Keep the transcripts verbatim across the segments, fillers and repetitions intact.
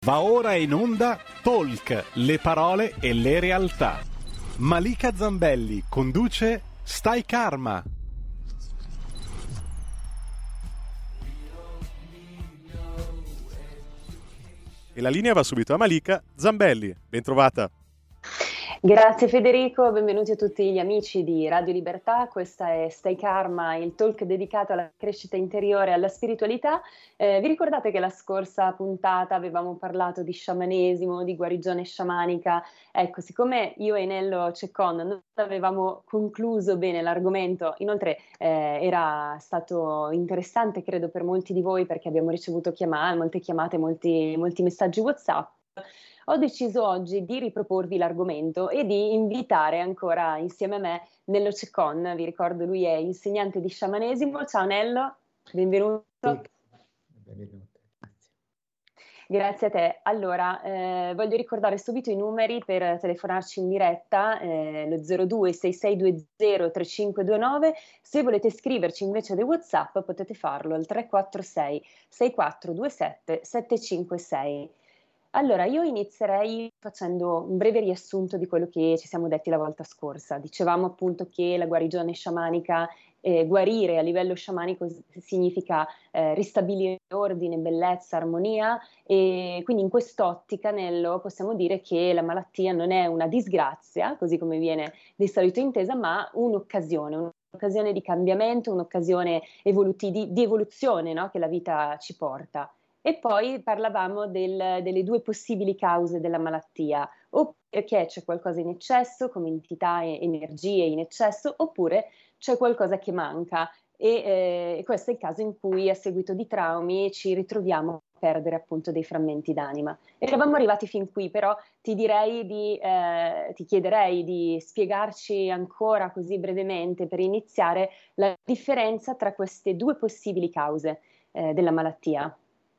Va ora in onda Talk, le parole e le realtà. Malika Zambelli conduce Stai Karma. E la linea va subito a Malika Zambelli. Bentrovata. Grazie Federico, benvenuti a tutti gli amici di Radio Libertà. Questa è Stai Karma, il talk dedicato alla crescita interiore e alla spiritualità. Eh, vi ricordate che la scorsa puntata avevamo parlato di sciamanesimo, di guarigione sciamanica? Ecco, siccome io e Nello Ceccon non avevamo concluso bene l'argomento, inoltre eh, era stato interessante credo per molti di voi perché abbiamo ricevuto chiamate, molte chiamate, molti, molti messaggi WhatsApp. Ho deciso oggi di riproporvi l'argomento e di invitare ancora insieme a me Nello Ceccon. Vi ricordo, lui è insegnante di sciamanesimo. Ciao Nello, benvenuto. Benvenuto, grazie. Grazie a te. Allora, eh, voglio ricordare subito i numeri per telefonarci in diretta, eh, lo zero due sei sei due zero tre cinque due nove. Se volete scriverci invece dei WhatsApp potete farlo al tre quattro sei sei quattro due sette sette cinque sei. Allora, io inizierei facendo un breve riassunto di quello che ci siamo detti la volta scorsa. Dicevamo appunto che la guarigione sciamanica, eh, guarire a livello sciamanico significa eh, ristabilire ordine, bellezza, armonia, e quindi in quest'ottica, Nello, possiamo dire che la malattia non è una disgrazia, così come viene di solito intesa, ma un'occasione, un'occasione di cambiamento, un'occasione evoluti- di, di evoluzione, no? Che la vita ci porta. E poi parlavamo del, delle due possibili cause della malattia, o perché c'è qualcosa in eccesso, come entità e energie in eccesso, oppure c'è qualcosa che manca. E eh, questo è il caso in cui a seguito di traumi ci ritroviamo a perdere appunto dei frammenti d'anima. Eravamo arrivati fin qui, però ti direi di, eh, ti chiederei di spiegarci ancora così brevemente per iniziare la differenza tra queste due possibili cause eh, della malattia.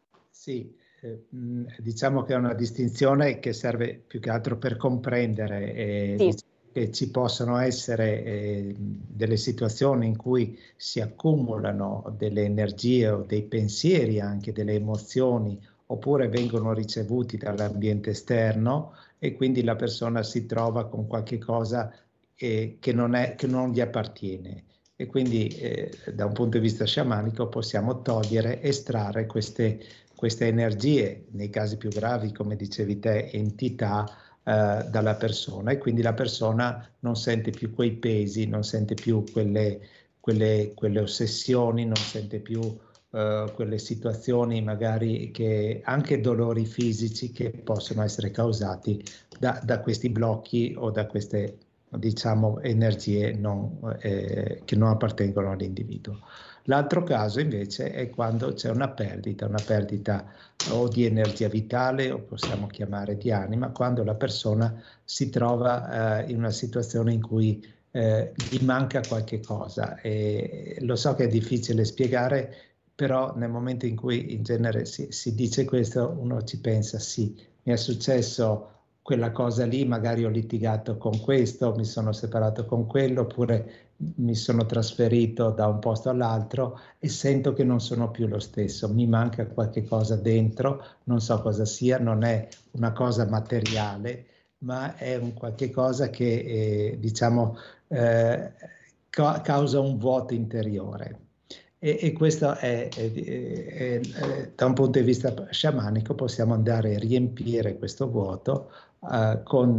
Sì, eh, diciamo che è una distinzione che serve più che altro per comprendere eh, Sì. diciamo che ci possono essere eh, delle situazioni in cui si accumulano delle energie o dei pensieri, anche delle emozioni, oppure vengono ricevuti dall'ambiente esterno e quindi la persona si trova con qualche cosa eh, che non è, che non gli appartiene. E quindi eh, da un punto di vista sciamanico possiamo togliere, estrarre queste queste energie, nei casi più gravi, come dicevi te, entità eh, dalla persona, e quindi la persona non sente più quei pesi, non sente più quelle, quelle, quelle ossessioni, non sente più eh, quelle situazioni, magari che anche dolori fisici che possono essere causati da, da questi blocchi o da queste, diciamo, energie non, eh, che non appartengono all'individuo. L'altro caso invece è quando c'è una perdita, una perdita o di energia vitale, o possiamo chiamare di anima, quando la persona si trova eh, in una situazione in cui eh, gli manca qualche cosa. E lo so che è difficile spiegare, però nel momento in cui in genere si, si dice questo, uno ci pensa, sì, mi è successo quella cosa lì, magari ho litigato con questo, mi sono separato con quello, oppure mi sono trasferito da un posto all'altro e sento che non sono più lo stesso, mi manca qualche cosa dentro, non so cosa sia, non è una cosa materiale, ma è un qualche cosa che eh, diciamo eh, ca- causa un vuoto interiore. E, e questo è, è, è, è, da un punto di vista sciamanico possiamo andare a riempire questo vuoto eh, con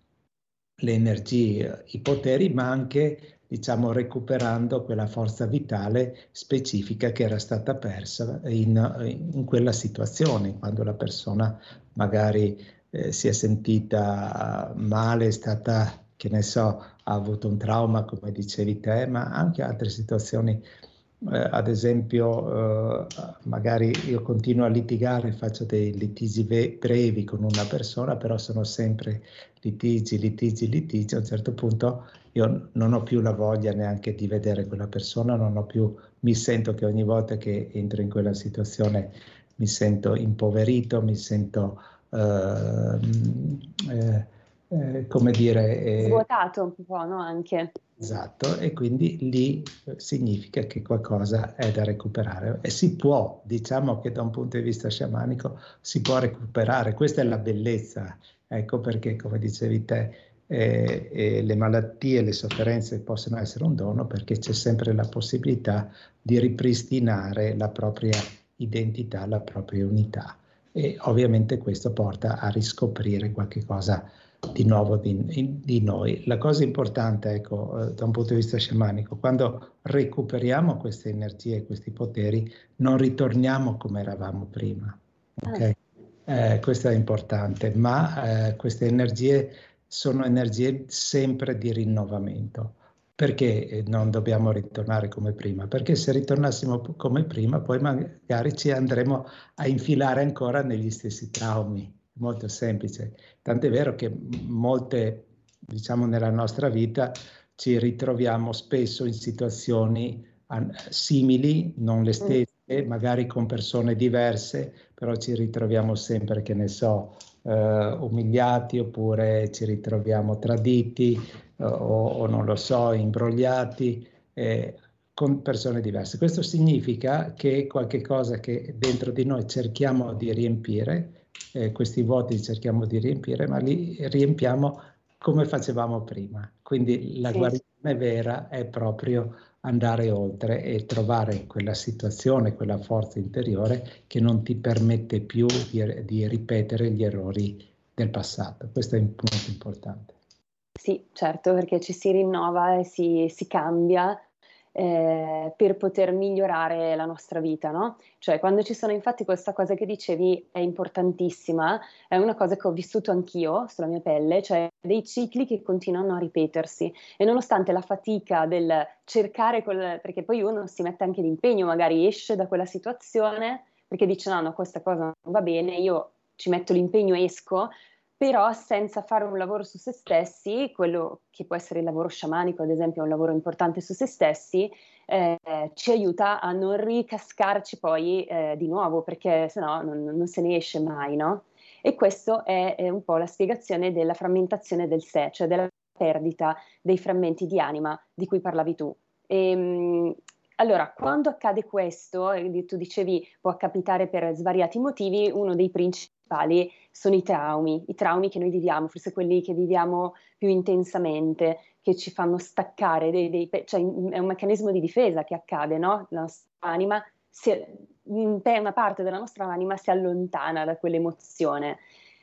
le energie, i poteri, ma anche, diciamo, recuperando quella forza vitale specifica che era stata persa in, in quella situazione, quando la persona magari eh, si è sentita male, è stata, che ne so, ha avuto un trauma, come dicevi te, ma anche altre situazioni. Eh, ad esempio, eh, magari io continuo a litigare, faccio dei litigi brevi con una persona, però sono sempre litigi, litigi, litigi. A un certo punto io non ho più la voglia neanche di vedere quella persona, non ho più, mi sento che ogni volta che entro in quella situazione mi sento impoverito, mi sento, eh, eh, eh, come dire... Eh, svuotato un po', no? Anche. Esatto, e quindi lì significa che qualcosa è da recuperare e si può, diciamo che da un punto di vista sciamanico si può recuperare, questa è la bellezza, ecco perché come dicevi te eh, eh, le malattie, le sofferenze possono essere un dono perché c'è sempre la possibilità di ripristinare la propria identità, la propria unità e ovviamente questo porta a riscoprire qualche cosa di nuovo di, di noi. La cosa importante, ecco, eh, da un punto di vista sciamanico, quando recuperiamo queste energie, questi poteri, non ritorniamo come eravamo prima. Okay? Eh, questo è importante, ma eh, queste energie sono energie sempre di rinnovamento. Perché non dobbiamo ritornare come prima? Perché se ritornassimo come prima, poi magari ci andremo a infilare ancora negli stessi traumi. Molto semplice. Tant'è vero che molte, diciamo, nella nostra vita ci ritroviamo spesso in situazioni simili, non le stesse, magari con persone diverse, però ci ritroviamo sempre, che ne so, eh, umiliati oppure ci ritroviamo traditi eh, o, o non lo so, imbrogliati eh, con persone diverse. Questo significa che qualche cosa che dentro di noi cerchiamo di riempire, eh, questi vuoti cerchiamo di riempire, ma li riempiamo come facevamo prima. Quindi la Sì. guarigione vera è proprio andare oltre e trovare quella situazione, quella forza interiore che non ti permette più di, di ripetere gli errori del passato. Questo è un punto importante. Sì, certo, perché ci si rinnova e si, si cambia eh, per poter migliorare la nostra vita, no? Cioè, quando ci sono, infatti, questa cosa che dicevi è importantissima, è una cosa che ho vissuto anch'io sulla mia pelle, cioè dei cicli che continuano a ripetersi e nonostante la fatica del cercare, quel, perché poi uno si mette anche d'impegno, magari esce da quella situazione perché dice no, no, questa cosa non va bene, io ci metto l'impegno, esco, però senza fare un lavoro su se stessi, quello che può essere il lavoro sciamanico, ad esempio, è un lavoro importante su se stessi, eh, ci aiuta a non ricascarci poi eh, di nuovo, perché sennò non, non se ne esce mai, no? E questo è, è un po' la spiegazione della frammentazione del sé, cioè della perdita dei frammenti di anima di cui parlavi tu. E, mh, allora, quando accade questo, e tu dicevi può capitare per svariati motivi, uno dei principali sono i traumi, i traumi che noi viviamo, forse quelli che viviamo più intensamente, che ci fanno staccare, dei, dei, cioè è un meccanismo di difesa che accade, no? La nostra anima, si, una parte della nostra anima si allontana da quell'emozione.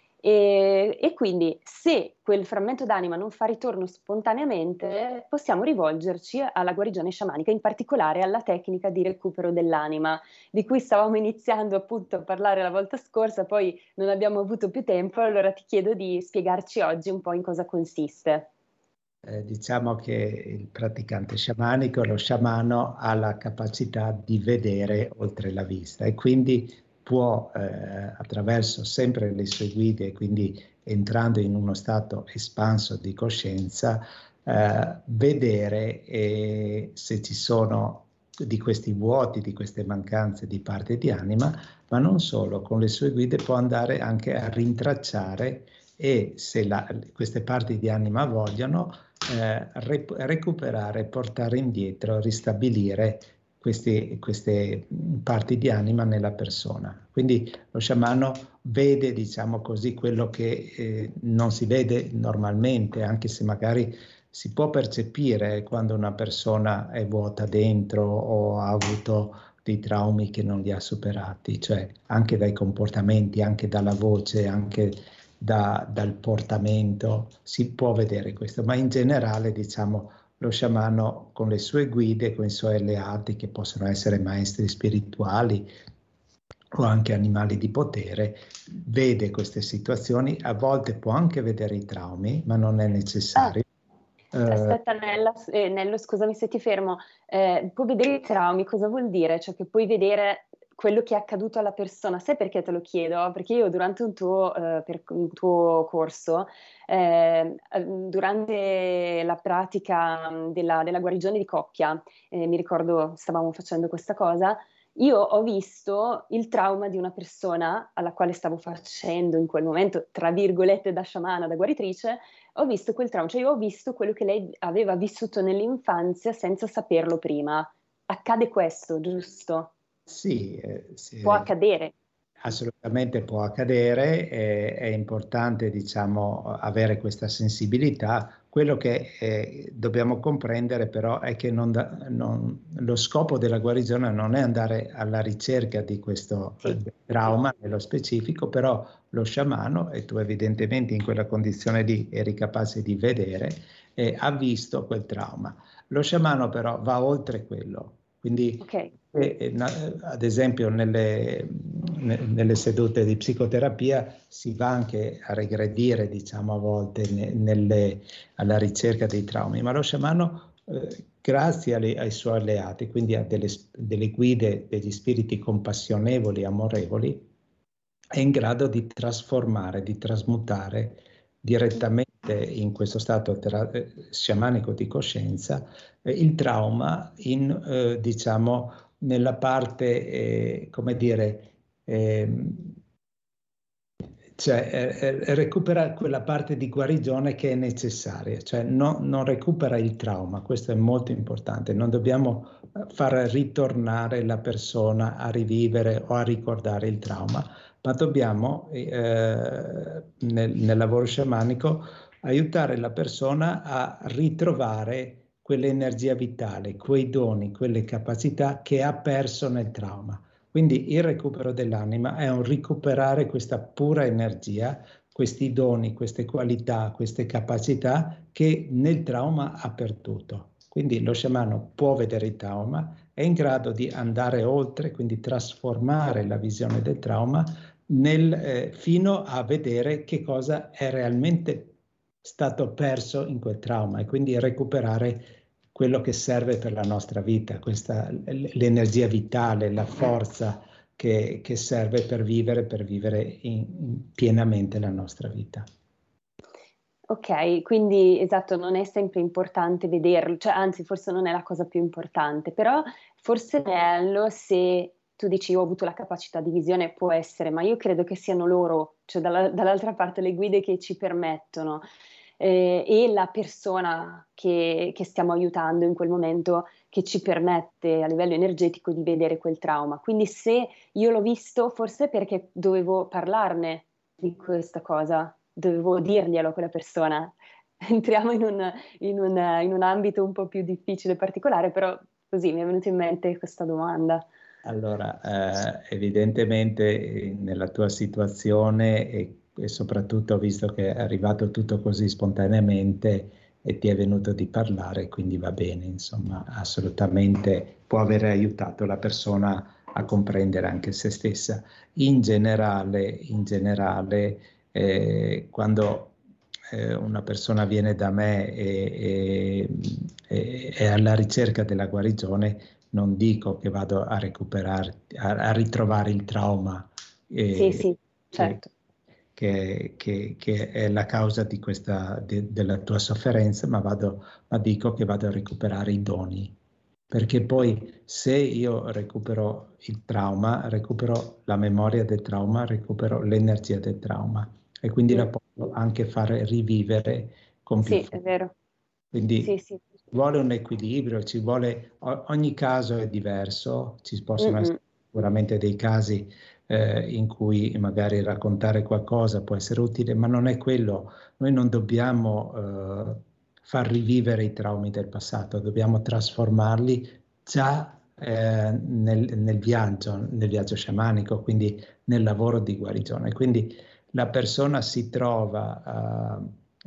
E, e quindi se quel frammento d'anima non fa ritorno spontaneamente, possiamo rivolgerci alla guarigione sciamanica, in particolare alla tecnica di recupero dell'anima, di cui stavamo iniziando appunto a parlare la volta scorsa, poi non abbiamo avuto più tempo, allora ti chiedo di spiegarci oggi un po' in cosa consiste. Eh, diciamo che il praticante sciamanico, lo sciamano, ha la capacità di vedere oltre la vista e quindi può, eh, attraverso sempre le sue guide, quindi entrando in uno stato espanso di coscienza, eh, vedere eh, se ci sono di questi vuoti, di queste mancanze di parte di anima, ma non solo, con le sue guide può andare anche a rintracciare e se la, queste parti di anima vogliono, eh, re, recuperare, portare indietro, ristabilire questi, queste parti di anima nella persona. Quindi lo sciamano vede, diciamo così, quello che eh, non si vede normalmente, anche se magari si può percepire quando una persona è vuota dentro o ha avuto dei traumi che non li ha superati, cioè anche dai comportamenti, anche dalla voce, anche da, dal portamento, si può vedere questo, ma in generale diciamo lo sciamano con le sue guide, con i suoi alleati che possono essere maestri spirituali o anche animali di potere, vede queste situazioni, a volte può anche vedere i traumi, ma non è necessario. Ah, aspetta Nella, eh, Nello, scusami se ti fermo, eh, puoi vedere i traumi, cosa vuol dire? Cioè che puoi vedere quello che è accaduto alla persona. Sai perché te lo chiedo? Perché io durante un tuo, eh, per, un tuo corso, eh, durante la pratica della, della guarigione di coppia, eh, mi ricordo stavamo facendo questa cosa, io ho visto il trauma di una persona alla quale stavo facendo in quel momento, tra virgolette, da sciamana, da guaritrice, ho visto quel trauma, cioè io ho visto quello che lei aveva vissuto nell'infanzia senza saperlo prima. Accade questo, giusto? Sì, eh, sì, Può accadere. assolutamente può accadere, è, è importante, diciamo, avere questa sensibilità. Quello che eh, dobbiamo comprendere però è che non da, non, lo scopo della guarigione non è andare alla ricerca di questo Sì. eh, trauma nello specifico, però lo sciamano, e tu evidentemente in quella condizione lì eri capace di vedere, eh, ha visto quel trauma. Lo sciamano però va oltre quello, quindi Ok. e, ad esempio nelle, nelle sedute di psicoterapia si va anche a regredire, diciamo, a volte nelle, alla ricerca dei traumi, ma lo sciamano, eh, grazie alle, ai suoi alleati, quindi a delle, delle guide, degli spiriti compassionevoli, amorevoli, è in grado di trasformare, di trasmutare direttamente in questo stato tera- sciamanico di coscienza eh, il trauma in, eh, diciamo, nella parte, eh, come dire, ehm, cioè eh, eh, recupera quella parte di guarigione che è necessaria, cioè no, non recupera il trauma, questo è molto importante, non dobbiamo far ritornare la persona a rivivere o a ricordare il trauma, ma dobbiamo eh, nel, nel lavoro sciamanico aiutare la persona a ritrovare quell'energia vitale, quei doni, quelle capacità che ha perso nel trauma. Quindi il recupero dell'anima è un recuperare questa pura energia, questi doni, queste qualità, queste capacità che nel trauma ha perduto. Quindi lo sciamano può vedere il trauma, è in grado di andare oltre, quindi trasformare la visione del trauma nel, eh, fino a vedere che cosa è realmente stato perso in quel trauma e quindi recuperare quello che serve per la nostra vita, questa, l'energia vitale, la forza che, che serve per vivere, per vivere in, in pienamente la nostra vita. Ok, quindi esatto, non è sempre importante vederlo, cioè anzi forse non è la cosa più importante, però forse è bello se tu dici io ho avuto la capacità di visione, può essere, ma io credo che siano loro, cioè dalla- dall'altra parte le guide che ci permettono eh, e la persona che, che stiamo aiutando in quel momento che ci permette a livello energetico di vedere quel trauma. Quindi se io l'ho visto, forse è perché dovevo parlarne di questa cosa, dovevo dirglielo a quella persona. Entriamo in un, in un, in un ambito un po' più difficile e particolare, però così mi è venuta in mente questa domanda. Allora, eh, evidentemente eh, nella tua situazione e, e soprattutto visto che è arrivato tutto così spontaneamente e ti è venuto di parlare, quindi va bene, insomma, assolutamente può aver aiutato la persona a comprendere anche se stessa. In generale, in generale, eh, quando eh, una persona viene da me e, e, e è alla ricerca della guarigione, non dico che vado a recuperare, a, a ritrovare il trauma Sì, eh, sì, che, certo. che, che, che è la causa di questa, de, della tua sofferenza, ma, vado, ma dico che vado a recuperare i doni. Perché poi se io recupero il trauma, recupero la memoria del trauma, recupero l'energia del trauma e quindi la Mm. posso anche fare rivivere con più Sì, forza. è vero. Sì, Quindi sì. ci vuole un equilibrio, ci vuole, o- ogni caso è diverso, ci possono Mm-mm. essere sicuramente dei casi eh, in cui magari raccontare qualcosa può essere utile, ma non è quello. Noi non dobbiamo eh, far rivivere i traumi del passato, dobbiamo trasformarli già eh, nel, nel viaggio, nel viaggio sciamanico, quindi nel lavoro di guarigione. Quindi la persona si trova a,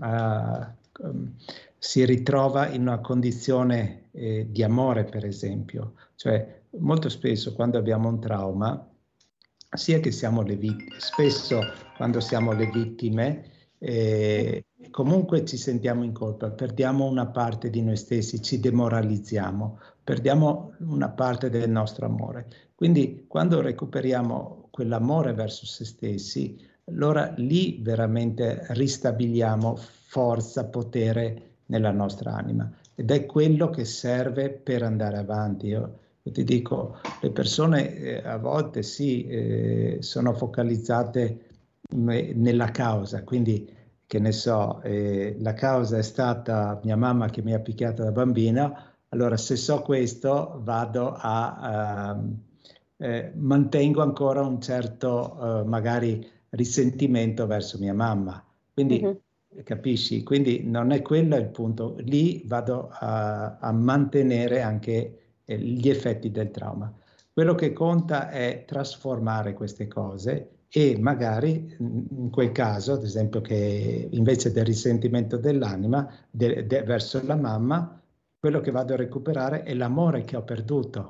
a um, si ritrova in una condizione eh, di amore, per esempio. Cioè, molto spesso quando abbiamo un trauma, sia che siamo le vittime, spesso quando siamo le vittime, eh, comunque ci sentiamo in colpa, perdiamo una parte di noi stessi, ci demoralizziamo, perdiamo una parte del nostro amore. Quindi quando recuperiamo quell'amore verso se stessi, allora lì veramente ristabiliamo forza, potere nella nostra anima ed è quello che serve per andare avanti. Io Io ti dico, le persone eh, a volte sì, eh, sono focalizzate me- nella causa, quindi che ne so, eh, la causa è stata mia mamma che mi ha picchiato da bambina, allora se so questo vado a, ehm, eh, mantengo ancora un certo eh, magari risentimento verso mia mamma. Quindi Mhm. capisci? Quindi non è quello il punto. Lì vado a, a mantenere anche eh, gli effetti del trauma. Quello che conta è trasformare queste cose e magari in quel caso, ad esempio, che invece del risentimento dell'anima de- de- verso la mamma, quello che vado a recuperare è l'amore che ho perduto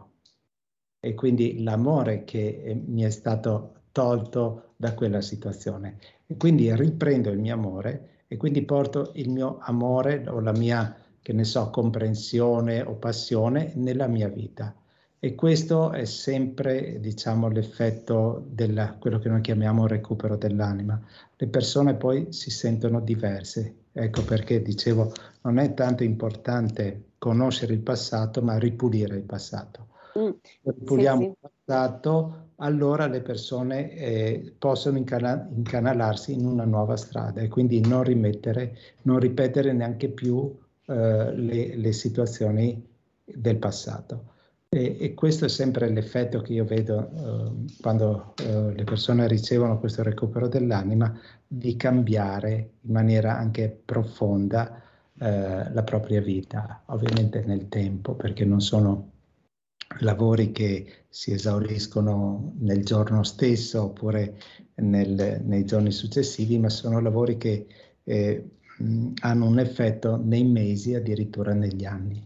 e quindi l'amore che eh, mi è stato tolto da quella situazione. E quindi riprendo il mio amore e quindi porto il mio amore o la mia, che ne so, comprensione o passione nella mia vita. E questo è sempre, diciamo, l'effetto di quello che noi chiamiamo recupero dell'anima. Le persone poi si sentono diverse. Ecco perché dicevo, non è tanto importante conoscere il passato, ma ripulire il passato. Mm. Se Sì, ripuliamo sì. il passato, allora le persone eh, possono incana- incanalarsi in una nuova strada e quindi non rimettere, non ripetere neanche più eh, le, le situazioni del passato. E, e questo è sempre l'effetto che io vedo eh, quando eh, le persone ricevono questo recupero dell'anima, di cambiare in maniera anche profonda eh, la propria vita, ovviamente nel tempo, perché non sono lavori che si esauriscono nel giorno stesso oppure nel, nei giorni successivi, ma sono lavori che eh, mh, hanno un effetto nei mesi, addirittura negli anni.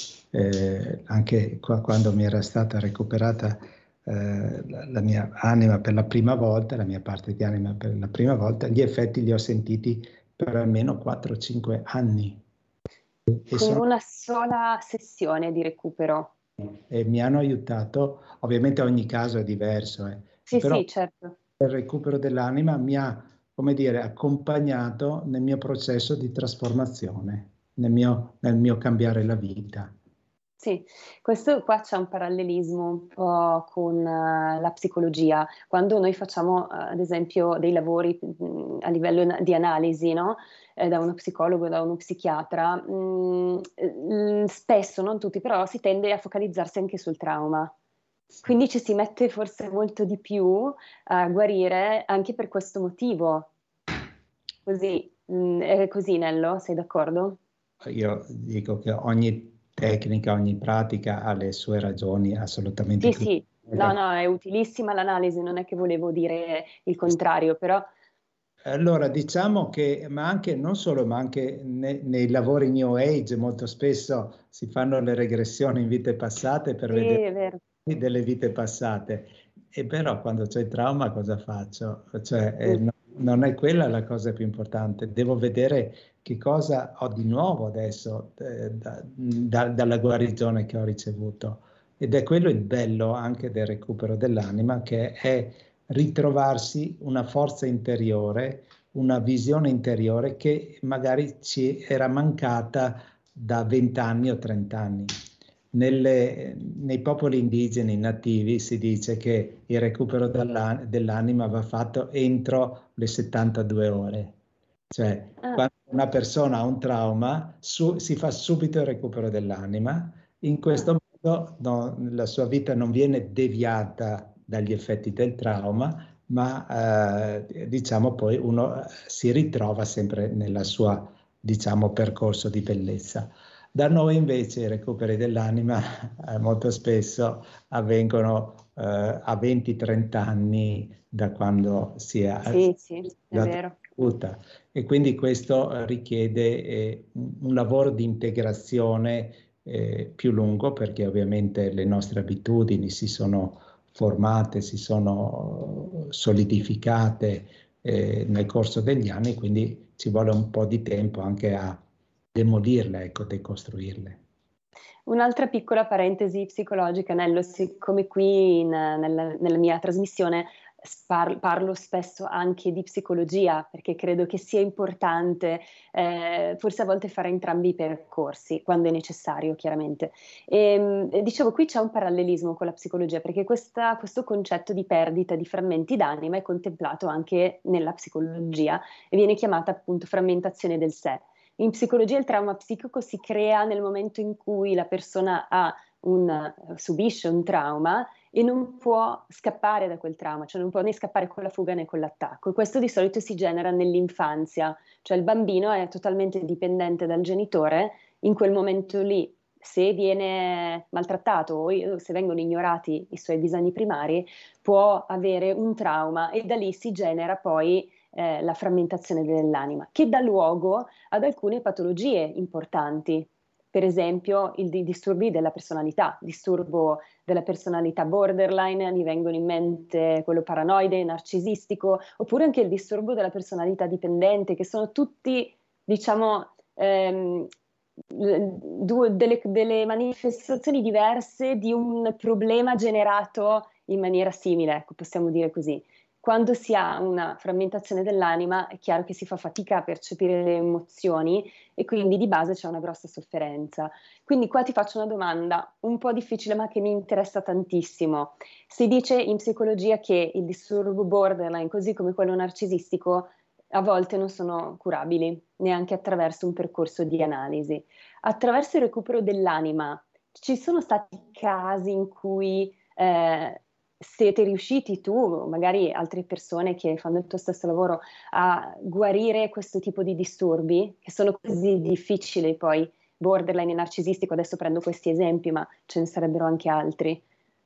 Eh, anche qua, quando mi era stata recuperata eh, la, la mia anima per la prima volta, la mia parte di anima per la prima volta, gli effetti li ho sentiti per almeno quattro cinque anni e, Con sono, una sola sessione di recupero. e mi hanno aiutato, ovviamente ogni caso è diverso, eh, Sì, però sì, certo. il recupero dell'anima mi ha, come dire, accompagnato nel mio processo di trasformazione, nel mio, nel mio cambiare la vita. Sì, questo qua c'è un parallelismo un po' con eh, la psicologia. Quando noi facciamo, eh, ad esempio, dei lavori mh, a livello na- di analisi, no? Eh, da uno psicologo, da uno psichiatra, mh, eh, spesso, non tutti, però si tende a focalizzarsi anche sul trauma. Quindi ci si mette forse molto di più a guarire anche per questo motivo. Così, mh, è così, Nello, sei d'accordo? Io dico che ogni tecnica, ogni pratica ha le sue ragioni assolutamente Sì, sì, no, cliniche. no, è utilissima l'analisi, non è che volevo dire il contrario, però Allora, diciamo che, ma anche, non solo, ma anche ne- nei lavori New Age, molto spesso si fanno le regressioni in vite passate per sì, vedere è vero. delle vite passate. E però quando c'è il trauma cosa faccio? Cioè, eh, Mm. no- non è quella la cosa più importante. Devo vedere che cosa ho di nuovo adesso eh, da- da- dalla guarigione che ho ricevuto. Ed è quello il bello anche del recupero dell'anima, che è ritrovarsi una forza interiore, una visione interiore che magari ci era mancata da venti anni o trenta anni. Nelle, nei popoli indigeni nativi si dice che il recupero dell'anima va fatto entro le settantadue ore. Cioè, Ah, quando una persona ha un trauma, su, si fa subito il recupero dell'anima. In ah. questo modo no, la sua vita non viene deviata dagli effetti del trauma, ma eh, diciamo poi uno si ritrova sempre nella sua, diciamo, percorso di bellezza. Da noi invece i recuperi dell'anima eh, molto spesso avvengono eh, a venti trenta anni da quando si è Sì, sì, è dato vero. e quindi questo eh, richiede eh, un un lavoro di integrazione eh, più lungo perché ovviamente le nostre abitudini si sono formate, si sono solidificate eh, nel corso degli anni, quindi ci vuole un po' di tempo anche a demolirle, ecco, decostruirle. Un'altra piccola parentesi psicologica, Nello, siccome qui in- nella, nella mia trasmissione Parlo, parlo spesso anche di psicologia perché credo che sia importante eh, forse a volte fare entrambi i percorsi quando è necessario, chiaramente. E, e dicevo, qui c'è un parallelismo con la psicologia perché questa, questo concetto di perdita di frammenti d'anima è contemplato anche nella psicologia e viene chiamata appunto frammentazione del sé. In psicologia il trauma psichico si crea nel momento in cui la persona ha un, subisce un trauma e non può scappare da quel trauma, cioè non può né scappare con la fuga né con l'attacco. E questo di solito si genera nell'infanzia, cioè il bambino è totalmente dipendente dal genitore, in quel momento lì, se viene maltrattato o se vengono ignorati i suoi bisogni primari, può avere un trauma e da lì si genera poi eh, la frammentazione dell'anima, che dà luogo ad alcune patologie importanti. Per esempio i disturbi della personalità, disturbo della personalità borderline, mi vengono in mente quello paranoide, narcisistico, oppure anche il disturbo della personalità dipendente, che sono tutti, diciamo, ehm, due, delle, delle manifestazioni diverse di un problema generato in maniera simile, ecco, possiamo dire così. Quando si ha una frammentazione dell'anima è chiaro che si fa fatica a percepire le emozioni e quindi di base c'è una grossa sofferenza. Quindi qua ti faccio una domanda un po' difficile ma che mi interessa tantissimo. Si dice in psicologia che il disturbo borderline, così come quello narcisistico, a volte non sono curabili, neanche attraverso un percorso di analisi. Attraverso il recupero dell'anima, ci sono stati casi in cui eh, siete riusciti tu, magari altre persone che fanno il tuo stesso lavoro, a guarire questo tipo di disturbi, che sono così difficili poi, borderline e narcisistico, adesso prendo questi esempi, ma ce ne sarebbero anche altri.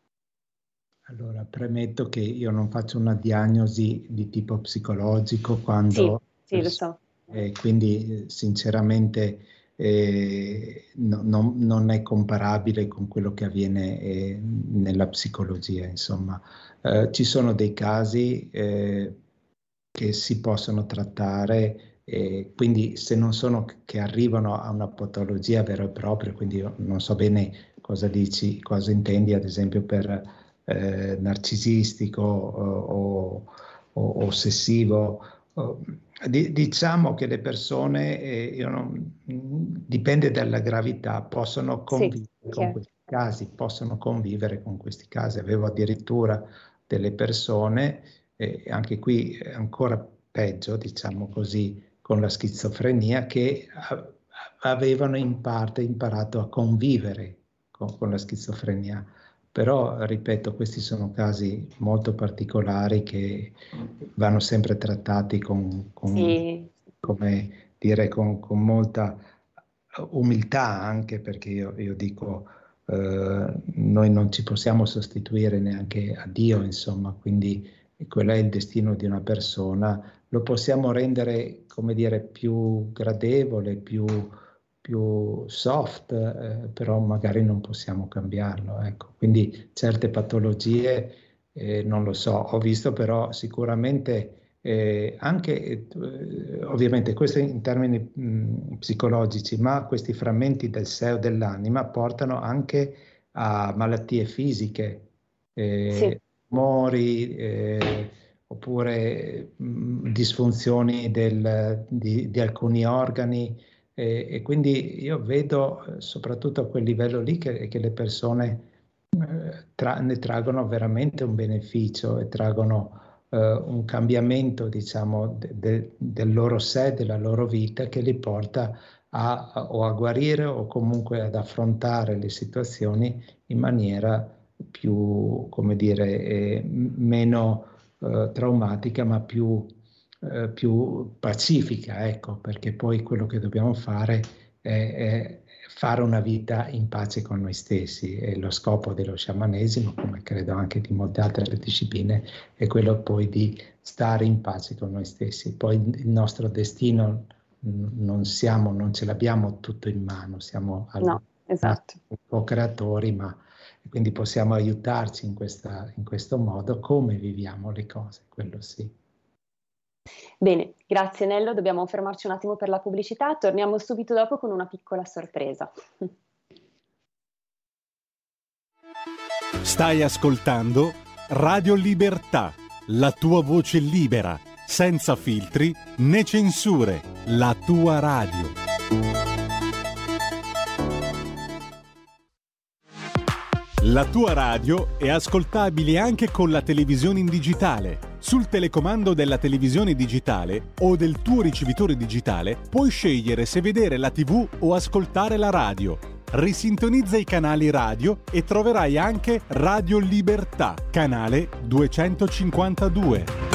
Allora, premetto che io non faccio una diagnosi di tipo psicologico quando... Sì, sì, lo so. E quindi sinceramente eh, no, non, non è comparabile con quello che avviene eh, nella psicologia, insomma. Eh, ci sono dei casi eh, che si possono trattare, eh, quindi se non sono che arrivano a una patologia vera e propria, quindi io non so bene cosa dici, cosa intendi ad esempio per eh, narcisistico o, o, o ossessivo. Diciamo che le persone, eh, io non, dipende dalla gravità, possono convivere sì, con questi casi, possono convivere con questi casi. Avevo addirittura delle persone, eh, anche qui è ancora peggio, diciamo così, con la schizofrenia, che a, avevano in parte imparato a convivere con, con la schizofrenia. Però, ripeto, questi sono casi molto particolari che vanno sempre trattati con, con, sì. come dire, con, con molta umiltà, anche perché io, io dico, eh, noi non ci possiamo sostituire neanche a Dio, insomma, quindi quello è il destino di una persona, lo possiamo rendere, come dire, più gradevole, più... più soft, eh, però magari non possiamo cambiarlo. Ecco. Quindi certe patologie, eh, non lo so, ho visto però sicuramente eh, anche, eh, ovviamente questo in termini mh, psicologici, ma questi frammenti del sé o dell'anima portano anche a malattie fisiche, eh, sì. tumori, eh, oppure mh, disfunzioni del, di, di alcuni organi. E, e quindi io vedo, soprattutto a quel livello lì, che, che le persone eh, tra, ne traggono veramente un beneficio e traggono eh, un cambiamento, diciamo, de, de, del loro sé, della loro vita, che li porta a, a, o a guarire o comunque ad affrontare le situazioni in maniera più, come dire, eh, meno eh, traumatica, ma più Eh, più pacifica, ecco, perché poi quello che dobbiamo fare è, è fare una vita in pace con noi stessi, e lo scopo dello sciamanesimo, come credo anche di molte altre discipline, è quello poi di stare in pace con noi stessi. Poi il nostro destino non siamo, non ce l'abbiamo tutto in mano, siamo no, esatto. co-creatori, ma quindi possiamo aiutarci in, questa, in questo modo come viviamo le cose, quello sì. Bene, grazie Nello, dobbiamo fermarci un attimo per la pubblicità, torniamo subito dopo con una piccola sorpresa. Stai ascoltando Radio Libertà, la tua voce libera, senza filtri né censure, la tua radio. La tua radio è ascoltabile anche con la televisione in digitale. Sul telecomando della televisione digitale o del tuo ricevitore digitale puoi scegliere se vedere la tivù o ascoltare la radio. Risintonizza i canali radio e troverai anche Radio Libertà, canale duecentocinquantadue.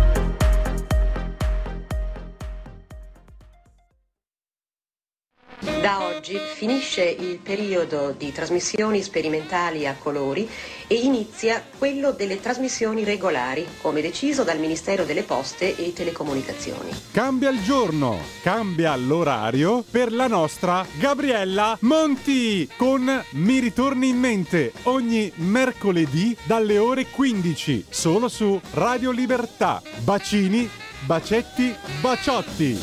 Da oggi finisce il periodo di trasmissioni sperimentali a colori e inizia quello delle trasmissioni regolari, come deciso dal Ministero delle Poste e Telecomunicazioni. Cambia il giorno, cambia l'orario per la nostra Gabriella Monti con Mi ritorni in mente ogni mercoledì dalle ore quindici, solo su Radio Libertà. Bacini, bacetti, baciotti.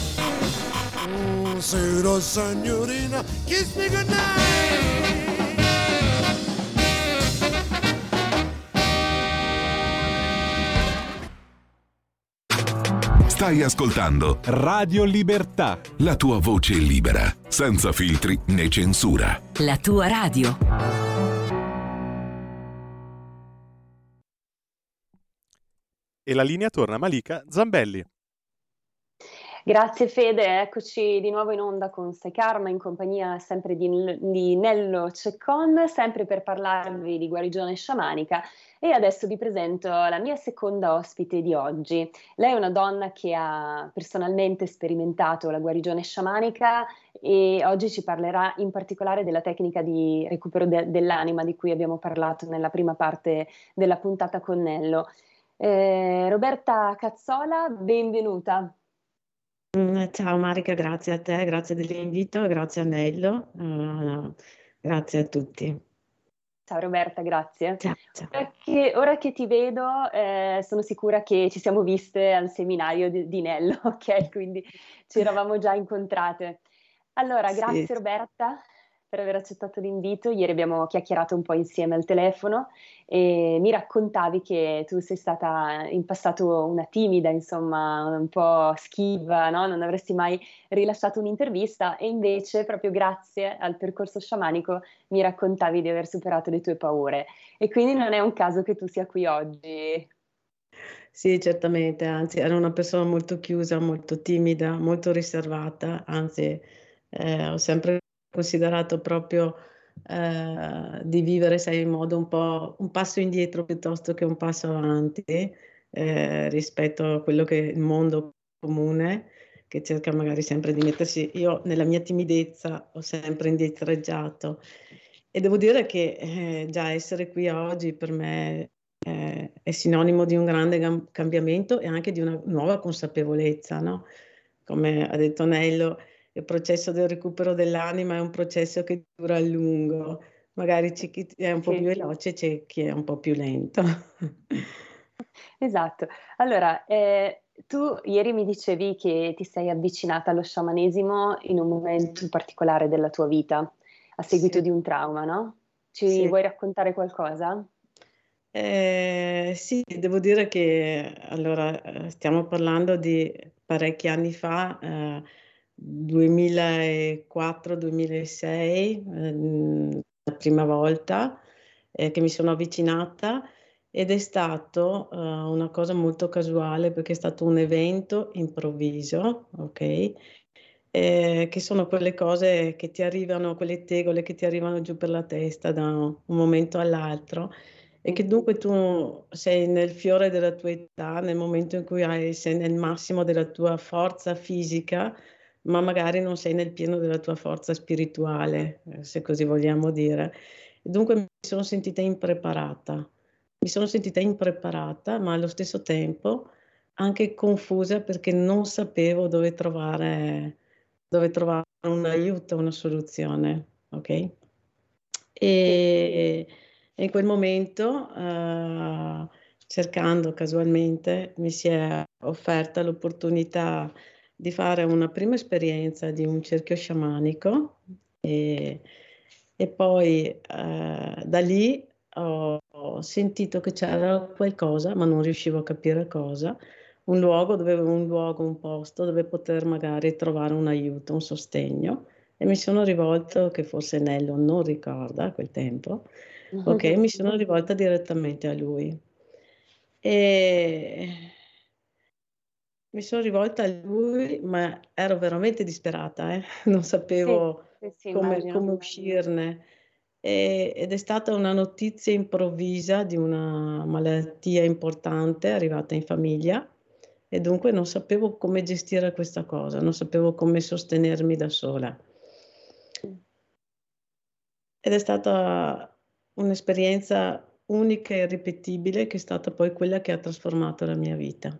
Sera signorina, kiss me goodnight. Stai ascoltando Radio Libertà, la tua voce libera, senza filtri né censura. La tua radio. E la linea torna a Malika Zambelli. Grazie Fede, eccoci di nuovo in onda con Stai Karma in compagnia sempre di, di Nello Ceccon, sempre per parlarvi di guarigione sciamanica, e adesso vi presento la mia seconda ospite di oggi. Lei è una donna che ha personalmente sperimentato la guarigione sciamanica e oggi ci parlerà in particolare della tecnica di recupero de- dell'anima di cui abbiamo parlato nella prima parte della puntata con Nello. Eh, Roberta Cazzola, benvenuta. Ciao Marica, grazie a te, grazie dell'invito, grazie a Nello, uh, grazie a tutti. Ciao Roberta, grazie. Ciao, ciao. Ora, che, ora che ti vedo, eh, sono sicura che ci siamo viste al seminario di, di Nello, ok? Quindi ci eravamo già incontrate. Allora, grazie Sì. Roberta per aver accettato l'invito. Ieri abbiamo chiacchierato un po' insieme al telefono e mi raccontavi che tu sei stata in passato una timida, insomma, un po' schiva, no? Non avresti mai rilasciato un'intervista e invece proprio grazie al percorso sciamanico mi raccontavi di aver superato le tue paure e quindi non è un caso che tu sia qui oggi. Sì, certamente, anzi ero una persona molto chiusa, molto timida, molto riservata, anzi eh, ho sempre considerato proprio eh, di vivere, sai, in modo un po' un passo indietro piuttosto che un passo avanti eh, rispetto a quello che è il mondo comune, che cerca magari sempre di mettersi. Io nella mia timidezza ho sempre indietreggiato e devo dire che eh, già essere qui oggi per me eh, è sinonimo di un grande cam- cambiamento e anche di una nuova consapevolezza, no? Come ha detto Nello, il processo del recupero dell'anima è un processo che dura a lungo, magari c'è chi è un po' Sì. più veloce, c'è chi è un po' più lento. Esatto. Allora, eh, tu ieri mi dicevi che ti sei avvicinata allo sciamanesimo in un momento particolare della tua vita, a seguito Sì. di un trauma, no? Ci Sì. vuoi raccontare qualcosa? Eh, sì, devo dire che allora eh, stiamo parlando di parecchi anni fa, eh, duemilaquattro duemilasei, ehm, la prima volta eh, che mi sono avvicinata ed è stato eh, una cosa molto casuale perché è stato un evento improvviso, ok? Eh, che sono quelle cose che ti arrivano, quelle tegole che ti arrivano giù per la testa da un momento all'altro e che dunque tu sei nel fiore della tua età, nel momento in cui hai, sei nel massimo della tua forza fisica, ma magari non sei nel pieno della tua forza spirituale, eh, se così vogliamo dire. E dunque mi sono sentita impreparata, mi sono sentita impreparata, ma allo stesso tempo anche confusa perché non sapevo dove trovare, dove trovare un aiuto, una soluzione, ok? E, e in quel momento, eh, cercando casualmente, mi si è offerta l'opportunità di fare una prima esperienza di un cerchio sciamanico e, e poi eh, da lì ho, ho sentito che c'era qualcosa, ma non riuscivo a capire cosa, un luogo dove, un luogo, un posto dove poter magari trovare un aiuto, un sostegno. E mi sono rivolto, che forse Nello non ricorda a quel tempo, ok, mi sono rivolta direttamente a lui. E mi sono rivolta a lui, ma ero veramente disperata, eh? Non Sì, sapevo sì, sì, come, immagino. come uscirne. E- ed è stata una notizia improvvisa di una malattia importante arrivata in famiglia e dunque non sapevo come gestire questa cosa, non sapevo come sostenermi da sola. Ed è stata un'esperienza unica e irripetibile che è stata poi quella che ha trasformato la mia vita.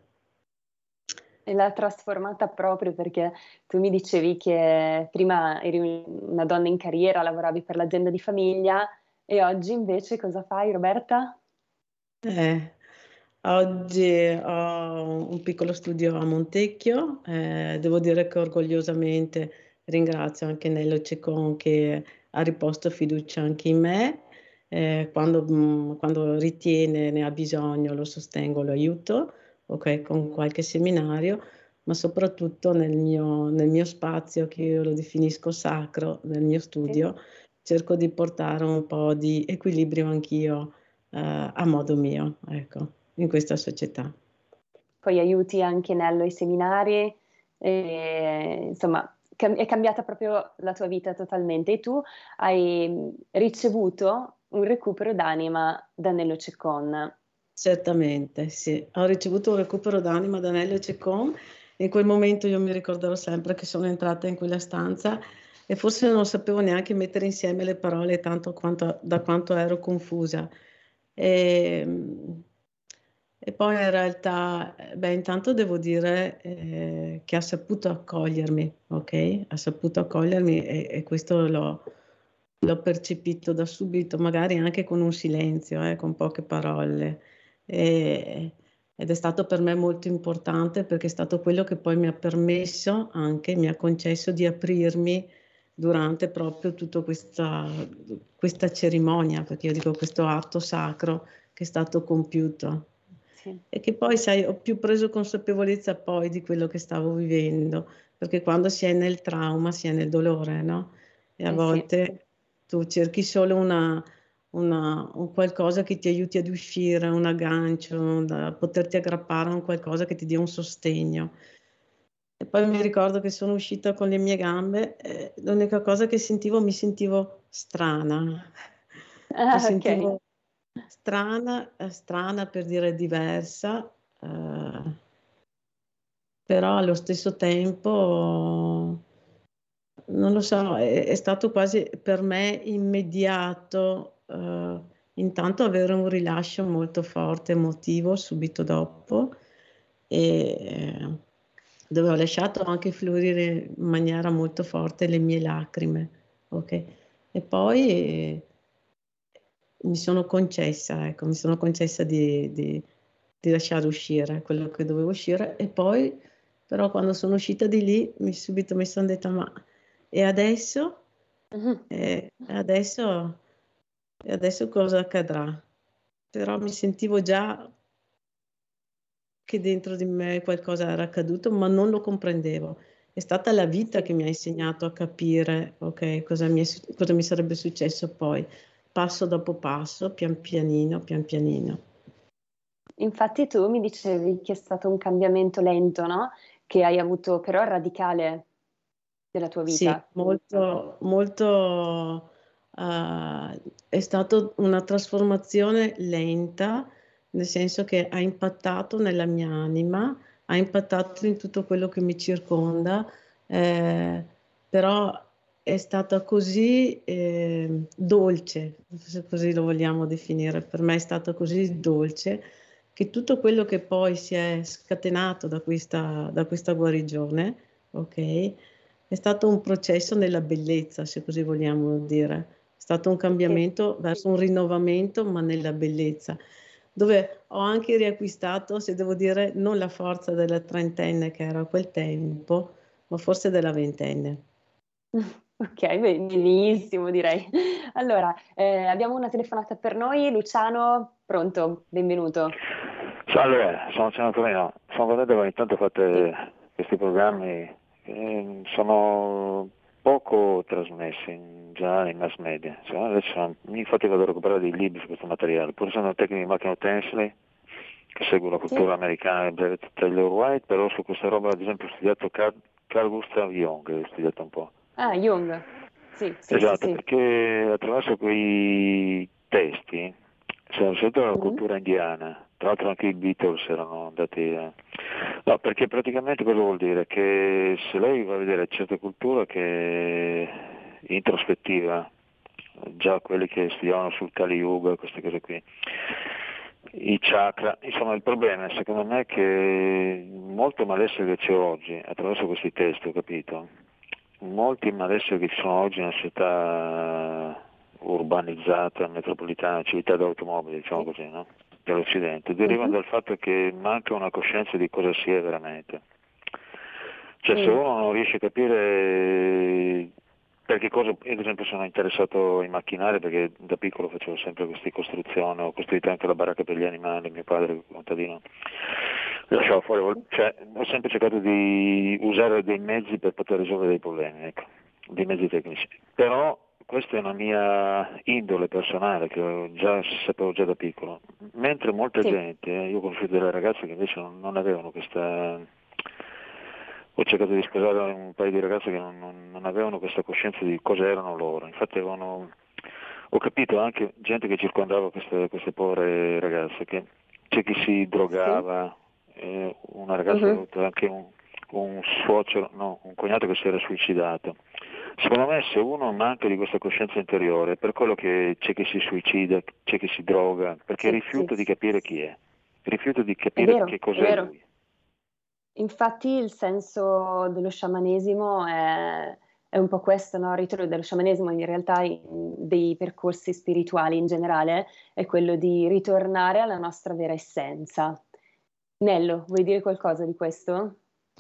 E l'ha trasformata proprio perché tu mi dicevi che prima eri una donna in carriera, lavoravi per l'azienda di famiglia e oggi invece cosa fai, Roberta? Eh, oggi ho un piccolo studio a Montecchio, eh, devo dire che orgogliosamente ringrazio anche Nello Cecon che ha riposto fiducia anche in me, eh, quando, mh, quando ritiene, ne ha bisogno, lo sostengo, lo aiuto, ok, con qualche seminario, ma soprattutto nel mio, nel mio spazio, che io lo definisco sacro, nel mio studio, cerco di portare un po' di equilibrio anch'io eh, a modo mio, ecco, in questa società. Poi aiuti anche Nello ai seminari, e, insomma, cam- è cambiata proprio la tua vita totalmente e tu hai ricevuto un recupero d'anima da Nello Cecon. Certamente, sì. Ho ricevuto un recupero d'anima da Nello Cecon. In quel momento io mi ricorderò sempre che sono entrata in quella stanza e forse non sapevo neanche mettere insieme le parole tanto quanto, da quanto ero confusa. E, e poi in realtà, eh, beh, intanto devo dire eh, che ha saputo accogliermi, ok? Ha saputo accogliermi e, e questo l'ho l'ho percepito da subito, magari anche con un silenzio, eh, con poche parole. E- ed è stato per me molto importante perché è stato quello che poi mi ha permesso, anche mi ha concesso di aprirmi durante proprio tutta questa, questa cerimonia, perché io dico questo atto sacro che è stato compiuto. Sì. E che poi, sai, ho più preso consapevolezza poi di quello che stavo vivendo, perché quando si è nel trauma, si è nel dolore, no? E a Eh sì. volte tu cerchi solo una, una- un qualcosa che ti aiuti ad uscire, un aggancio, da poterti aggrappare a un qualcosa che ti dia un sostegno. E poi mi ricordo che sono uscita con le mie gambe, e l'unica cosa che sentivo, mi sentivo strana. Mi Ah, ok. sentivo strana, eh, strana per dire diversa, eh, però allo stesso tempo, non lo so, è, è stato quasi per me immediato, eh, intanto avere un rilascio molto forte, emotivo, subito dopo, e eh, dove ho lasciato anche fluire in maniera molto forte le mie lacrime, ok? E poi eh, mi sono concessa, ecco, mi sono concessa di, di- di lasciare uscire quello che dovevo uscire e poi però quando sono uscita di lì mi subito mi sono detta ma e adesso? Mhm. E adesso, e adesso cosa accadrà? Però mi sentivo già che dentro di me qualcosa era accaduto, ma non lo comprendevo. È stata la vita Sì. che mi ha insegnato a capire, ok, cosa mi, è- cosa mi sarebbe successo poi, passo dopo passo, pian pianino, pian pianino. Infatti tu mi dicevi che è stato un cambiamento lento, no? Che hai avuto però radicale della tua Sì, vita. molto, molto, eh, è stata una trasformazione lenta, nel senso che ha impattato nella mia anima, ha impattato in tutto quello che mi circonda, eh, però è stata così, eh, dolce, se così lo vogliamo definire, per me è stata così dolce che tutto quello che poi si è scatenato da questa, da questa guarigione, ok? È stato un processo nella bellezza, se così vogliamo dire. È stato un Sì. cambiamento verso un rinnovamento, ma nella bellezza, dove ho anche riacquistato, se devo dire, non la forza della trentenne che era a quel tempo, ma forse della ventenne. Ok, benissimo direi. Allora, eh, abbiamo una telefonata per noi. Luciano, pronto? Benvenuto. Salve, sono Luciano Torino. Sono contento che ogni tanto fate questi programmi che sono poco trasmessi in generale in mass media. Cioè, adesso mi fate vado a recuperare dei libri su questo materiale, pur essendo tecniche di macchina utensili, che seguo la cultura Sì. americana e Taylor White, però su questa roba ad esempio ho studiato Carl, Carl Gustav Jung, ho studiato un po'. Ah, Jung. Sì, sì, Esatto, sì, sì. perché attraverso quei testi sono sempre la Mm. cultura indiana, tra l'altro anche i Beatles erano andati... eh. No, perché praticamente cosa vuol dire? Che se lei va a vedere certe culture che introspettiva, già quelli che studiavano sul Kali Yuga, queste cose qui, i chakra, insomma il problema secondo me è che molto malessere che c'è oggi attraverso questi testi, ho capito, molti malesseri che ci sono oggi nella società urbanizzata, metropolitana, civiltà d'automobili, diciamo così, no? Dell'Occidente, derivano Mhm. dal fatto che manca una coscienza di cosa sia veramente. Cioè se Mm. uno non riesce a capire per che cosa, io ad esempio sono interessato ai macchinari perché da piccolo facevo sempre queste costruzioni, ho costruito anche la baracca per gli animali, mio padre contadino, lasciavo fuori, cioè ho sempre cercato di usare dei mezzi per poter risolvere dei problemi, ecco, dei mezzi tecnici. Però questa è una mia indole personale che ho già, sapevo già da piccolo, mentre molta Sì. gente, eh, io ho conosciuto delle ragazze che invece non, non avevano questa... Ho cercato di sposare un paio di ragazze che non, non, non avevano questa coscienza di cosa erano loro, infatti avevano, ho capito anche gente che circondava queste, queste povere ragazze, che c'è chi si drogava, eh, una ragazza Mhm. ha avuto anche un, un suocero, no, un cognato che si era suicidato. Secondo me se uno manca di questa coscienza interiore, è per quello che c'è chi si suicida, c'è chi si droga, perché Sì, rifiuta sì. di capire chi è, rifiuta di È capire vero, che è cos'è vero. lui. Infatti il senso dello sciamanesimo è, è un po' questo, no? Il ritorno dello sciamanesimo in realtà in- dei percorsi spirituali in generale è quello di ritornare alla nostra vera essenza. Nello, vuoi dire qualcosa di questo?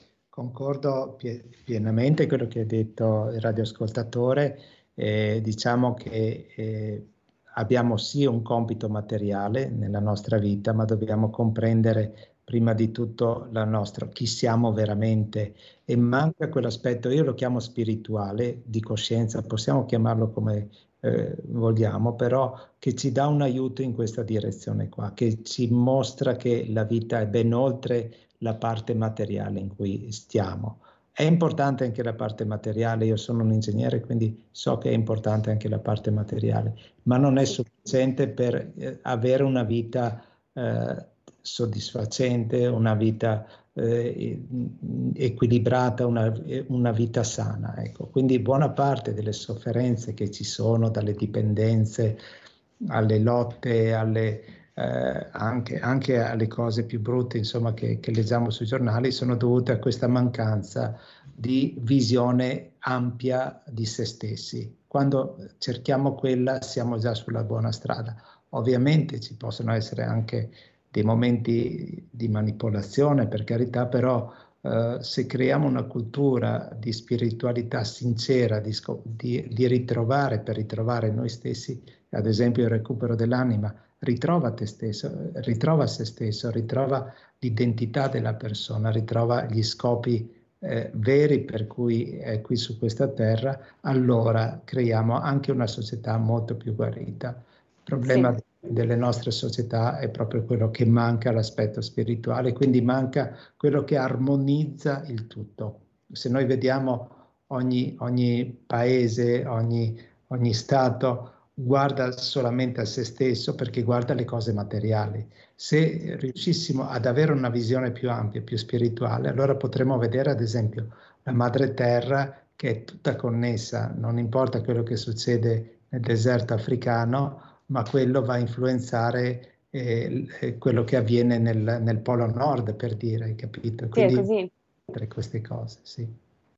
Concordo pie- pienamente quello che ha detto il radioascoltatore. Eh, diciamo che eh, abbiamo sì un compito materiale nella nostra vita, ma dobbiamo comprendere prima di tutto la nostra, chi siamo veramente, e manca quell'aspetto, io lo chiamo spirituale, di coscienza, possiamo chiamarlo come eh, vogliamo, però che ci dà un aiuto in questa direzione qua, che ci mostra che la vita è ben oltre la parte materiale in cui stiamo. È importante anche la parte materiale, io sono un ingegnere, quindi so che è importante anche la parte materiale, ma non è sufficiente per eh, avere una vita eh, soddisfacente, una vita eh, equilibrata, una, una vita sana. Ecco. Quindi buona parte delle sofferenze che ci sono, dalle dipendenze alle lotte, alle, eh, anche, anche alle cose più brutte, insomma, che, che leggiamo sui giornali, sono dovute a questa mancanza di visione ampia di se stessi. Quando cerchiamo quella siamo già sulla buona strada. Ovviamente ci possono essere anche dei momenti di manipolazione, per carità, però eh, se creiamo una cultura di spiritualità sincera, di, di, di ritrovare per ritrovare noi stessi, ad esempio il recupero dell'anima, ritrova te stesso, ritrova se stesso, ritrova l'identità della persona, ritrova gli scopi eh, veri per cui è qui su questa terra, allora creiamo anche una società molto più guarita. Il problema Sì. delle nostre società è proprio quello che manca l'aspetto spirituale, quindi manca quello che armonizza il tutto. Se noi vediamo ogni, ogni paese, ogni, ogni stato guarda solamente a se stesso perché guarda le cose materiali. Se riuscissimo ad avere una visione più ampia, più spirituale, allora potremmo vedere ad esempio la madre terra che è tutta connessa, non importa quello che succede nel deserto africano, ma quello va a influenzare eh, quello che avviene nel, nel Polo Nord, per dire, hai capito? Sì, è Quindi così. tra queste cose, sì.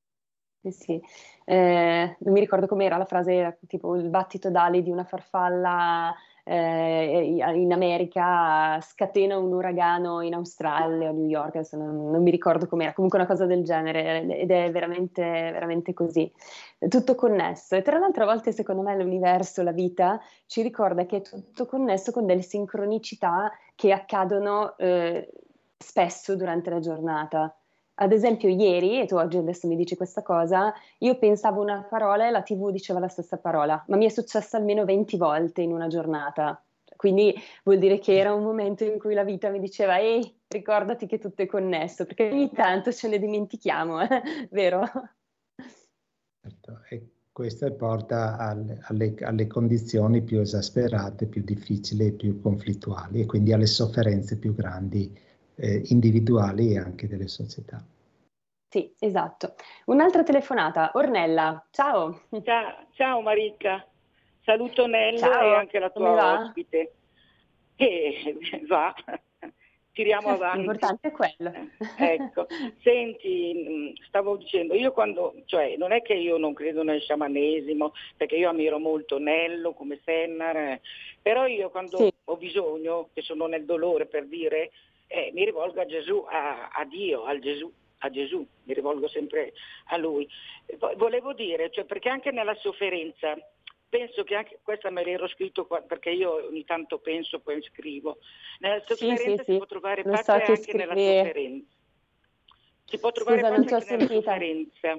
Sì, sì. Eh, non mi ricordo com'era la frase, tipo il battito d'ali di una farfalla eh, in America scatena un uragano in Australia o New York, adesso non, non mi ricordo com'era, comunque una cosa del genere, ed è veramente, veramente così, è tutto connesso. E tra l'altro a volte secondo me l'universo, la vita, ci ricorda che è tutto connesso con delle sincronicità che accadono eh, spesso durante la giornata. Ad esempio ieri, e tu oggi adesso mi dici questa cosa, io pensavo una parola e la tivù diceva la stessa parola, ma mi è successo almeno venti volte in una giornata. Quindi vuol dire che era un momento in cui la vita mi diceva ehi, ricordati che tutto è connesso, perché ogni tanto ce ne dimentichiamo, eh? Vero? Certo, e questo porta alle, alle, alle condizioni più esasperate, più difficili e più conflittuali, e quindi alle sofferenze più grandi eh, individuali e anche delle società. Sì, esatto. Un'altra telefonata, Ornella, ciao. Ciao, ciao Marica, saluto Nello Ciao, e anche la come tua va? ospite. E va, tiriamo avanti. L'importante è quello. Ecco, senti, stavo dicendo, io quando, cioè non è che io non credo nel sciamanesimo, perché io ammiro molto Nello come Sennar, eh, però io quando Sì. ho bisogno, che sono nel dolore per dire, eh, mi rivolgo a Gesù, a, a Dio, al Gesù. A Gesù, mi rivolgo sempre a Lui. Volevo dire, cioè, perché anche nella sofferenza, penso che anche, questa me l'ero scritto qua, perché io ogni tanto penso, poi scrivo, nella sofferenza sì, si sì. può trovare Lo pace so che anche nella scrivi. sofferenza. Si può trovare Scusa, non pace ti ho anche nella sentita. sofferenza,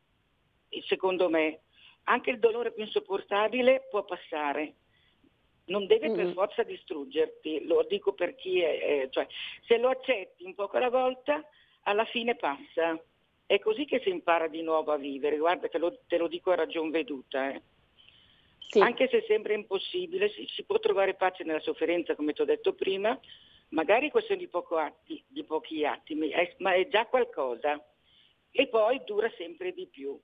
e secondo me. Anche il dolore più insopportabile può passare. Non deve per Mm-mm. forza distruggerti, lo dico per chi è, è, cioè, se lo accetti un poco alla volta, alla fine passa. È così che si impara di nuovo a vivere, guarda che lo, te lo dico a ragion veduta. Eh. Sì. Anche se sembra impossibile, si, si può trovare pace nella sofferenza, come ti ho detto prima, magari questione di, poco atti, di pochi attimi, è, ma è già qualcosa. E poi dura sempre di più.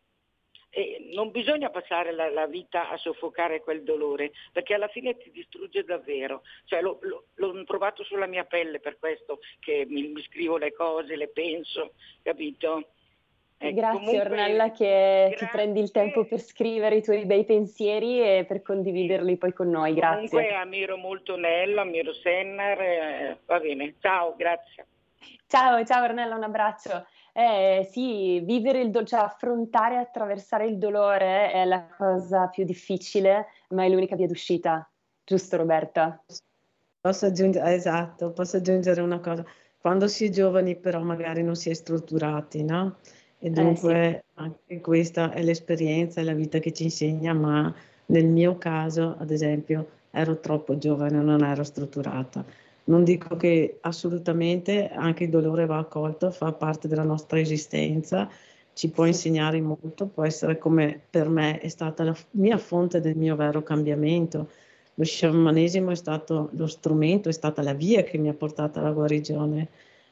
E non bisogna passare la, la vita a soffocare quel dolore, perché alla fine ti distrugge davvero. Cioè, lo, lo, l'ho provato sulla mia pelle, per questo che mi, mi scrivo le cose, le penso, capito? Eh, Grazie comunque, Ornella che grazie. ti prendi il tempo per scrivere i tuoi bei pensieri e per condividerli poi con noi, grazie. Comunque ammiro molto Nello, ammiro Sennar, eh, va bene, ciao, grazie. Ciao, ciao Ornella, un abbraccio. Eh, sì, vivere il dolore, cioè affrontare e attraversare il dolore è la cosa più difficile, ma è l'unica via d'uscita, giusto Roberta? Posso aggiungere, esatto, posso aggiungere una cosa. Quando si è giovani però magari non si è strutturati, no? E dunque Eh, sì. anche questa è l'esperienza, è la vita che ci insegna, ma nel mio caso, ad esempio, ero troppo giovane, non ero strutturata. Non dico che assolutamente anche il dolore va accolto, fa parte della nostra esistenza, ci può Sì. insegnare molto, può essere come per me è stata la mia fonte del mio vero cambiamento. Lo sciamanesimo è stato lo strumento, è stata la via che mi ha portato alla guarigione.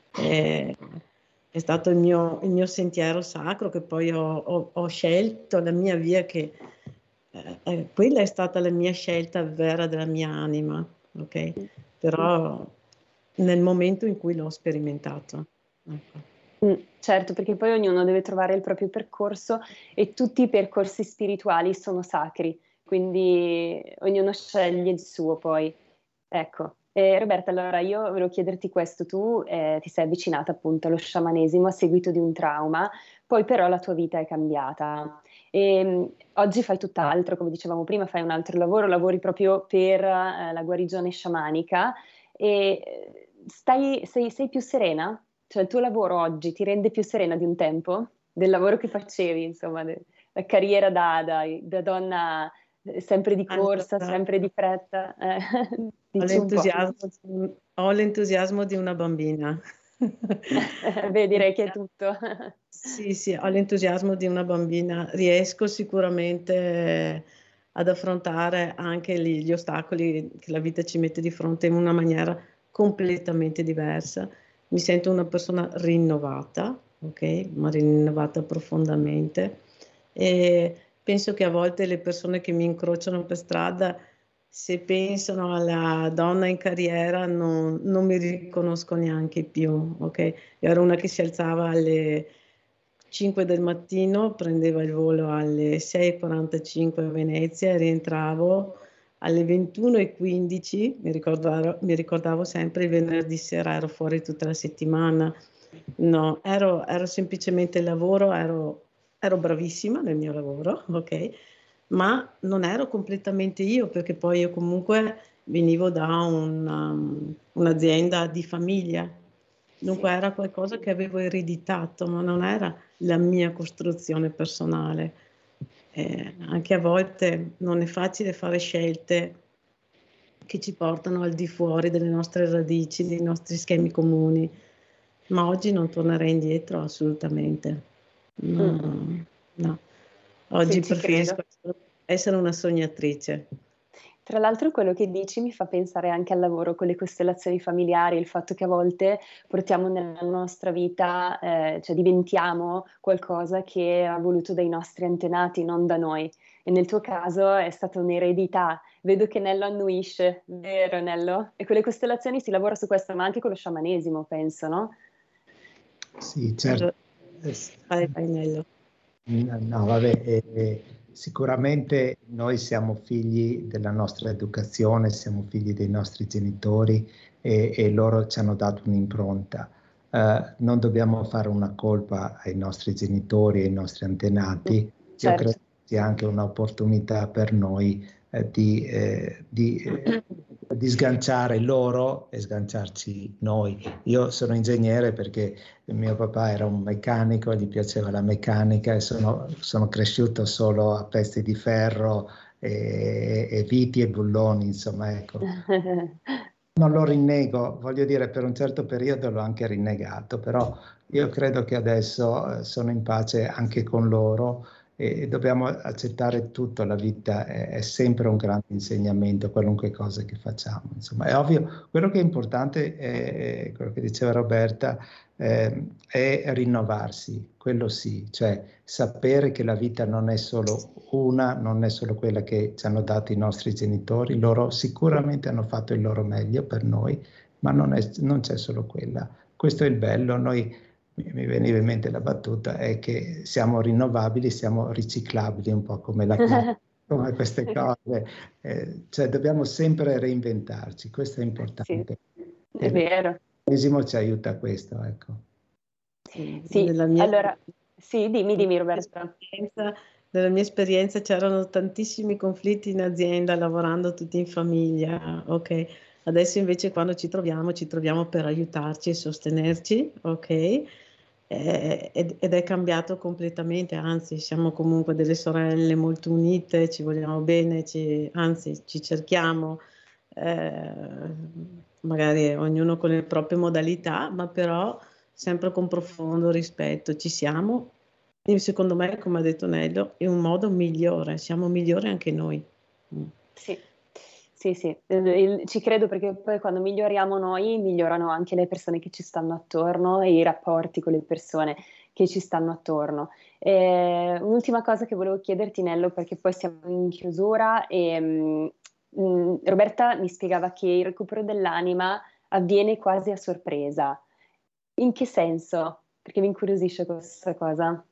È, è stato il mio, il mio sentiero sacro che poi ho, ho, ho scelto, la mia via che eh, eh, quella è stata la mia scelta vera della mia anima, ok? Però nel momento in cui l'ho sperimentato. Ecco. Mm, certo, perché poi ognuno deve trovare il proprio percorso e tutti i percorsi spirituali sono sacri, quindi ognuno sceglie il suo poi. Ecco, eh, Roberta, allora io volevo chiederti questo, tu eh, ti sei avvicinata appunto allo sciamanesimo a seguito di un trauma, poi però la tua vita è cambiata. E, mh, oggi fai tutt'altro, come dicevamo prima, fai un altro lavoro, lavori proprio per eh, la guarigione sciamanica e eh, stai, sei, sei più serena? Cioè il tuo lavoro oggi ti rende più serena di un tempo? Del lavoro che facevi, insomma, de- la carriera da, da- da donna eh, sempre di corsa, Allora, sempre di fretta. Eh, ho dici un po'. l'entusiasmo, di- ho l'entusiasmo di una bambina. Beh, direi che è tutto. Sì, sì, ho l'entusiasmo di una bambina. Riesco sicuramente ad affrontare anche gli, gli ostacoli che la vita ci mette di fronte in una maniera completamente diversa. Mi sento una persona rinnovata, ok? Ma rinnovata profondamente. E penso che a volte le persone che mi incrociano per strada, se pensano alla donna in carriera, non, non mi riconosco neanche più, ok? Io ero una che si alzava alle cinque del mattino, prendeva il volo alle sei e quarantacinque a Venezia e rientravo alle ventuno e quindici, mi ricordavo, mi ricordavo sempre il venerdì sera, ero fuori tutta la settimana, no, ero, ero semplicemente il lavoro, ero, ero bravissima nel mio lavoro, ok? Ma non ero completamente io, perché poi io comunque venivo da una, um, un'azienda di famiglia, dunque Sì. era qualcosa che avevo ereditato, ma non era la mia costruzione personale. Eh, anche a volte non è facile fare scelte che ci portano al di fuori delle nostre radici, dei nostri schemi comuni, ma oggi non tornerei indietro assolutamente. No, Mm. no. Oggi Sì, ci preferisco credo. essere una sognatrice. Tra l'altro quello che dici mi fa pensare anche al lavoro con le costellazioni familiari, il fatto che a volte portiamo nella nostra vita, eh, cioè diventiamo qualcosa che ha voluto dai nostri antenati, non da noi. E nel tuo caso è stata un'eredità. Vedo che Nello annuisce, vero Nello? E con le costellazioni si lavora su questo, ma anche con lo sciamanesimo, penso, no? Sì, certo. Vai, vai Nello. No, vabbè, eh, sicuramente noi siamo figli della nostra educazione, siamo figli dei nostri genitori e, e loro ci hanno dato un'impronta. Eh, non dobbiamo fare una colpa ai nostri genitori, ai nostri antenati. Io Certo. credo sia anche un'opportunità per noi eh, di, eh, di, eh, di sganciare loro e sganciarci noi. Io sono ingegnere perché il mio papà era un meccanico, gli piaceva la meccanica e sono, sono cresciuto solo a pezzi di ferro e, e viti e bulloni, insomma, ecco. Non lo rinnego, voglio dire, per un certo periodo l'ho anche rinnegato, però io credo che adesso eh, sono in pace anche con loro e, e dobbiamo accettare tutto, la vita è, è sempre un grande insegnamento, qualunque cosa che facciamo. Insomma, è ovvio, quello che è importante è, è quello che diceva Roberta, eh, è rinnovarsi, quello sì, cioè sapere che la vita non è solo una, non è solo quella che ci hanno dato i nostri genitori, loro sicuramente hanno fatto il loro meglio per noi, ma non, è, non c'è solo quella. Questo è il bello, noi, mi veniva in mente la battuta, è che siamo rinnovabili, siamo riciclabili, un po' come la plastica, come queste cose, eh, cioè dobbiamo sempre reinventarci, questo è importante. Sì, è vero. Il cristianesimo ci aiuta a questo, ecco. Sì, Sì, nella mia, allora, sì, dimmi, dimmi Roberta. Nella mia esperienza c'erano tantissimi conflitti in azienda, lavorando tutti in famiglia, ok? Adesso invece quando ci troviamo, ci troviamo per aiutarci e sostenerci, ok? Eh, ed, ed è cambiato completamente, anzi siamo comunque delle sorelle molto unite, ci vogliamo bene, ci, anzi ci cerchiamo, eh, magari ognuno con le proprie modalità, ma però sempre con profondo rispetto. Ci siamo, e secondo me, come ha detto Nello, è un modo migliore, siamo migliori anche noi. Mm. Sì, sì, sì, eh, ci credo perché poi quando miglioriamo noi, migliorano anche le persone che ci stanno attorno e i rapporti con le persone che ci stanno attorno. Eh, un'ultima cosa che volevo chiederti, Nello, perché poi siamo in chiusura e mh, mh, Roberta mi spiegava che il recupero dell'anima avviene quasi a sorpresa. In che senso? Perché mi incuriosisce questa cosa.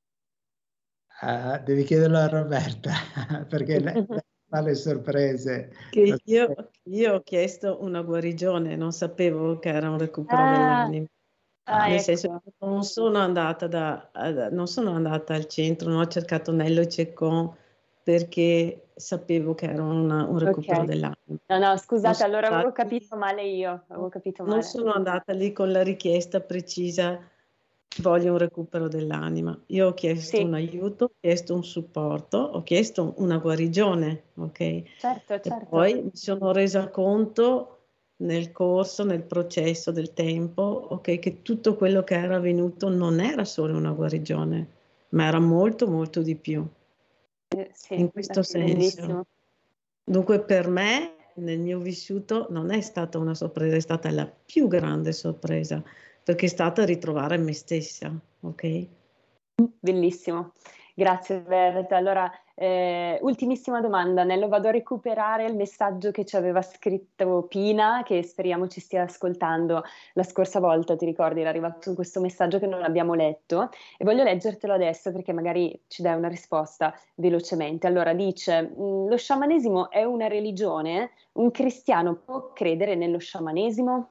Uh, devi chiederlo a Roberta, perché lei fa le sorprese. Che io, io ho chiesto una guarigione, non sapevo che era un recupero Ah, dell'anima. ah, Nel ecco. senso che non sono andata, da, non sono andata al centro, non ho cercato Nello e Ceccon perché sapevo che era una, un recupero Ok. dell'anima. No, no, scusate, sono allora avevo andata- capito male io, avevo capito Non male. sono andata lì con la richiesta precisa, voglio un recupero dell'anima. Io ho chiesto Sì. un aiuto, ho chiesto un supporto, ho chiesto una guarigione, ok? Certo, E certo. poi mi sono resa conto nel corso, nel processo del tempo, ok, che tutto quello che era avvenuto non era solo una guarigione, ma era molto, molto di più. Eh, sì, In questo senso. bellissimo. Dunque per me, nel mio vissuto, non è stata una sorpresa, è stata la più grande sorpresa, perché è stata ritrovare me stessa, ok? Bellissimo. Grazie Roberta. Allora, Eh, ultimissima domanda, Nello, vado a recuperare il messaggio che ci aveva scritto Pina, che speriamo ci stia ascoltando la scorsa volta, ti ricordi? Era arrivato questo messaggio che non abbiamo letto e voglio leggertelo adesso perché magari ci dai una risposta velocemente. Allora dice, lo sciamanesimo è una religione? Un cristiano può credere nello sciamanesimo?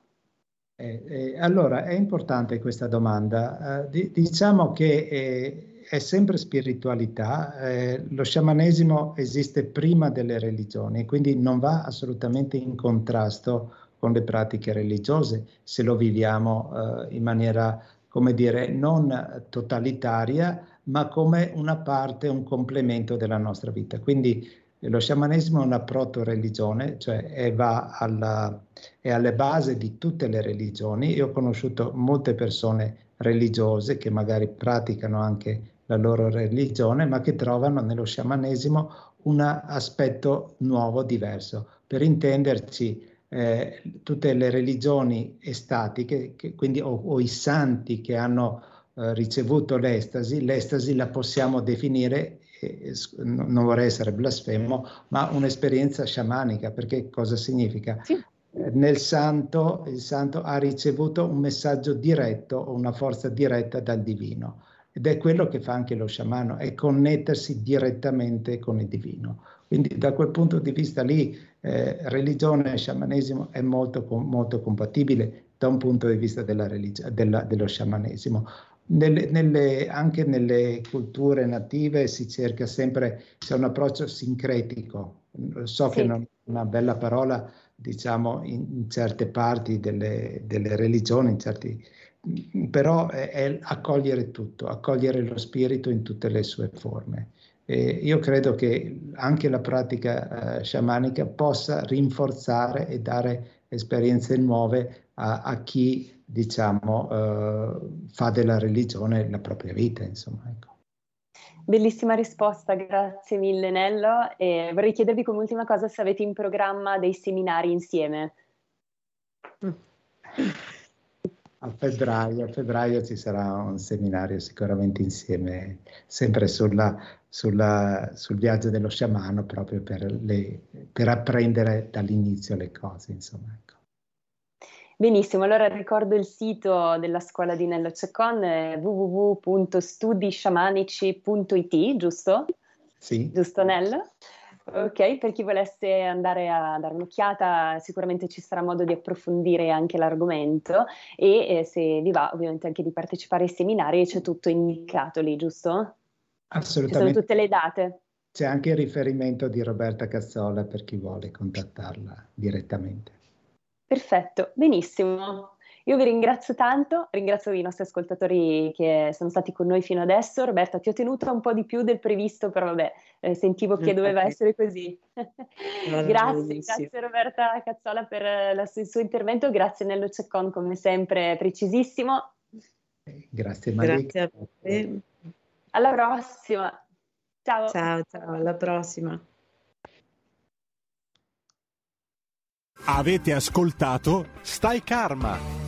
Eh, eh, allora, è importante questa domanda. Eh, di, diciamo che eh, è sempre spiritualità, eh, lo sciamanesimo esiste prima delle religioni, quindi non va assolutamente in contrasto con le pratiche religiose, se lo viviamo eh, in maniera, come dire, non totalitaria, ma come una parte, un complemento della nostra vita. Quindi lo sciamanesimo è una proto-religione, cioè è, va alla, è alle basi di tutte le religioni. Io ho conosciuto molte persone religiose che magari praticano anche la loro religione, ma che trovano nello sciamanesimo un aspetto nuovo, diverso. Per intenderci, eh, tutte le religioni estatiche, che, quindi, o, o i santi che hanno eh, ricevuto l'estasi, l'estasi la possiamo definire, eh, non vorrei essere blasfemo, ma un'esperienza sciamanica. Perché cosa significa? Sì. Eh, nel santo, il santo ha ricevuto un messaggio diretto o una forza diretta dal divino. Ed è quello che fa anche lo sciamano, è connettersi direttamente con il divino. Quindi da quel punto di vista lì, eh, religione e sciamanesimo è molto, molto compatibile da un punto di vista della religio- della, dello sciamanesimo. Nelle, nelle, anche nelle culture native si cerca sempre, c'è un approccio sincretico. So sì. che non è una bella parola, diciamo, in, in certe parti delle, delle religioni, in certi... però è, è accogliere tutto, accogliere lo spirito in tutte le sue forme. E io credo che anche la pratica eh, sciamanica possa rinforzare e dare esperienze nuove a, a chi, diciamo, eh, fa della religione la propria vita, insomma, ecco. Bellissima risposta, grazie mille Nello. E vorrei chiedervi come ultima cosa se avete in programma dei seminari insieme. A febbraio, a febbraio ci sarà un seminario sicuramente insieme, sempre sulla, sulla, sul viaggio dello sciamano, proprio per, le, per apprendere dall'inizio le cose, insomma. Ecco. Benissimo, allora ricordo il sito della scuola di Nello Ceccon, eh, w w w punto studi sciamanici punto i t, giusto? Sì. Giusto Nello? Ok, per chi volesse andare a dare un'occhiata sicuramente ci sarà modo di approfondire anche l'argomento e eh, se vi va ovviamente anche di partecipare ai seminari, c'è tutto indicato lì, giusto? Assolutamente. Ci sono tutte le date. C'è anche il riferimento di Roberta Cazzola per chi vuole contattarla direttamente. Perfetto, benissimo. Io vi ringrazio tanto, ringrazio i nostri ascoltatori che sono stati con noi fino adesso. Roberta, ti ho tenuto un po' di più del previsto, però vabbè, eh, sentivo che doveva essere così. Grazie, grazie Roberta Cazzola per la, il suo intervento, grazie Nello Ceccon come sempre precisissimo. Grazie Malika. Grazie a te. Alla prossima. Ciao. Ciao, ciao, alla prossima. Avete ascoltato Stai Karma.